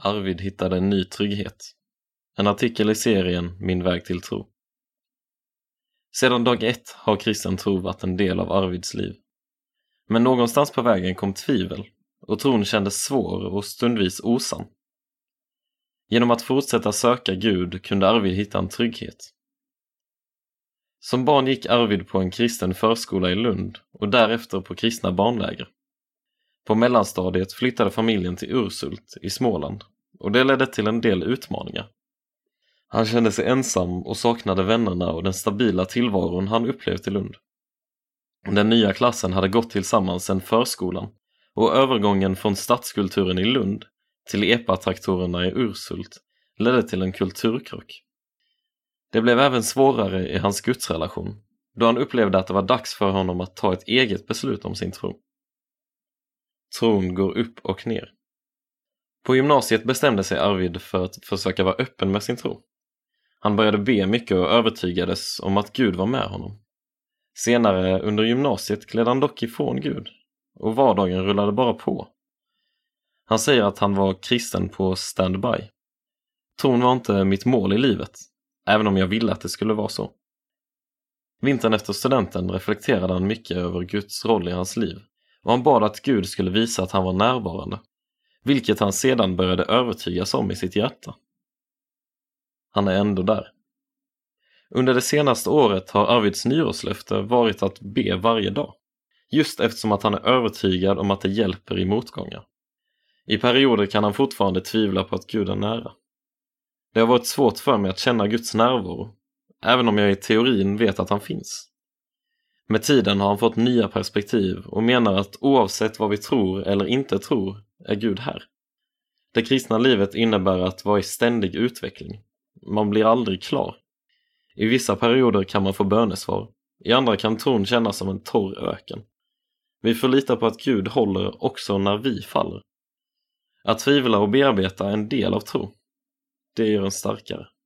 Arvid hittade en ny trygghet. En artikel i serien Min väg till tro. Sedan dag 1 har kristen tro varit en del av Arvids liv. Men någonstans på vägen kom tvivel och tron kändes svår och stundvis osann. Genom att fortsätta söka Gud kunde Arvid hitta en trygghet. Som barn gick Arvid på en kristen förskola i Lund och därefter på kristna barnläger. På mellanstadiet flyttade familjen till Urshult i Småland och det ledde till en del utmaningar. Han kände sig ensam och saknade vännerna och den stabila tillvaron han upplevt i Lund. Den nya klassen hade gått tillsammans sedan förskolan och övergången från stadskulturen i Lund till epatraktorerna i Urshult ledde till en kulturkrock. Det blev även svårare i hans gudsrelation då han upplevde att det var dags för honom att ta ett eget beslut om sin tro. Tron går upp och ner. På gymnasiet bestämde sig Arvid för att försöka vara öppen med sin tro. Han började be mycket och övertygades om att Gud var med honom. Senare under gymnasiet gled han dock ifrån Gud och vardagen rullade bara på. Han säger att han var kristen på standby. Tron var inte mitt mål i livet, även om jag ville att det skulle vara så. Vintern efter studenten reflekterade han mycket över Guds roll i hans liv och han bad att Gud skulle visa att han var närvarande, vilket han sedan började övertygas om i sitt hjärta. Han är ändå där. Under det senaste året har Arvids nyårslöfte varit att be varje dag, just eftersom att han är övertygad om att det hjälper i motgångar. I perioder kan han fortfarande tvivla på att Gud är nära. Det har varit svårt för mig att känna Guds närvaro, även om jag i teorin vet att han finns. Med tiden har han fått nya perspektiv och menar att oavsett vad vi tror eller inte tror är Gud här. Det kristna livet innebär att vara i ständig utveckling. Man blir aldrig klar. I vissa perioder kan man få bönesvar. I andra kan tron kännas som en torr öken. Vi får lita på att Gud håller också när vi faller. Att tvivla och bearbeta är en del av tro. Det gör en starkare.